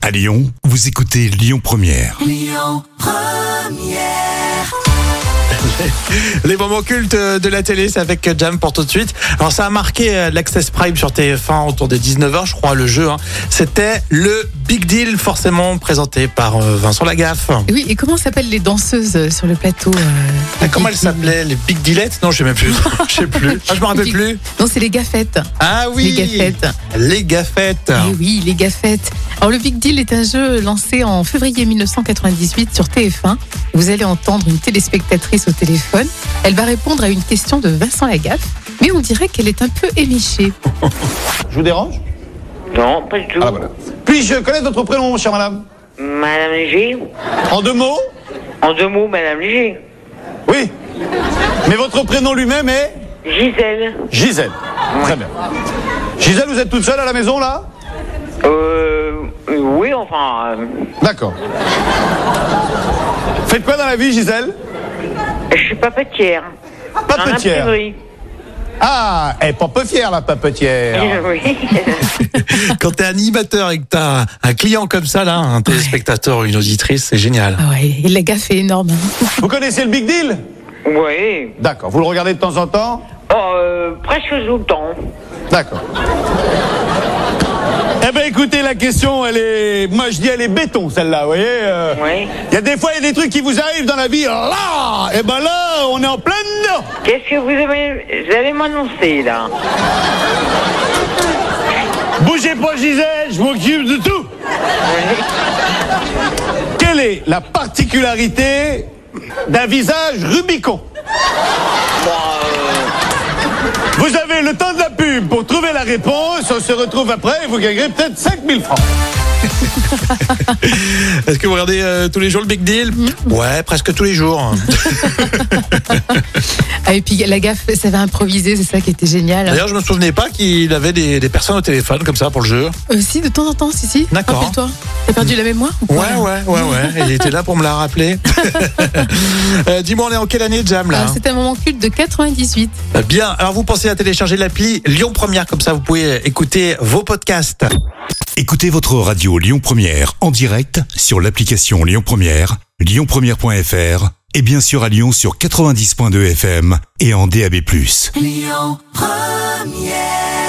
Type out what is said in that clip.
À Lyon, vous écoutez Lyon Première. Lyon Première. Les moments cultes de la télé, c'est avec Jam pour tout de suite. Alors ça a marqué l'Access Prime sur TF1 autour des 19h, je crois, le jeu. C'était le Big Deal, forcément présenté par Vincent Lagaffe. Oui, et comment s'appellent les danseuses sur le plateau Comment elles s'appelaient? Les Big Dealettes? Non, je sais même plus. Je sais plus. Ah, je me rappelle plus. Non, c'est les gaffettes. Ah oui, Les gaffettes. Les gaffettes. Eh oui, les gaffettes. Alors le Big Deal est un jeu lancé en février 1998 sur TF1. Vous allez entendre une téléspectatrice au téléphone. Elle va répondre à une question de Vincent Lagaffe, mais on dirait qu'elle est un peu éméchée. Je vous dérange? Non, pas du tout. Ah voilà. Puis-je connaître votre prénom, chère madame? Madame Léger. En deux mots? En deux mots, Madame Léger. Oui. Mais votre prénom lui-même est? Gisèle. Gisèle. Très bien. Gisèle, vous êtes toute seule à la maison, là? Oui, enfin... D'accord. Faites quoi dans la vie, Gisèle? je suis papetière. Papetière. En imprimerie. Ah, elle est pas peu fière, la papetière. Oui. Quand t'es animateur et que t'as un client comme ça, là, un téléspectateur ou une auditrice, c'est génial. Ah ouais, et Lagaffe est énorme. Vous connaissez le Big Deal? Oui. D'accord. Vous le regardez de temps en temps? Presque tout le temps. D'accord. Eh ben écoutez, la question, elle est... Moi, je dis, elle est béton, celle-là, vous voyez Oui. Il y a des fois, il y a des trucs qui vous arrivent dans la vie, là. Et ben là, on est en plein dedans. Qu'est-ce que vous allez m'annoncer, là? Bougez pas, Gisèle, je m'occupe de tout. Quelle est la particularité d'un visage Rubicon? Vous avez le temps de la pub pour trouver la réponse. On se retrouve après et vous gagnerez peut-être 5000 francs. Est-ce que vous regardez tous les jours le Big Deal? Ouais, presque tous les jours. Ah, et puis Lagaffe savait improviser, c'est ça qui était génial. D'ailleurs, je me souvenais pas qu'il avait des personnes au téléphone comme ça pour le jeu. Si, de temps en temps, si. D'accord. Rappelle-toi. T'as perdu la mémoire ou quoi? Ouais. Il était là pour me la rappeler. Dis-moi, on est en quelle année, Jam, là? C'est un moment culte de 98. Bien, alors vous pensez à télécharger l'appli Lyon Première, comme ça vous pouvez écouter vos podcasts. Écoutez votre radio Lyon Première en direct sur l'application Lyon Première, lyonpremière.fr et bien sûr à Lyon sur 90.2 FM et en DAB+. Lyon Première.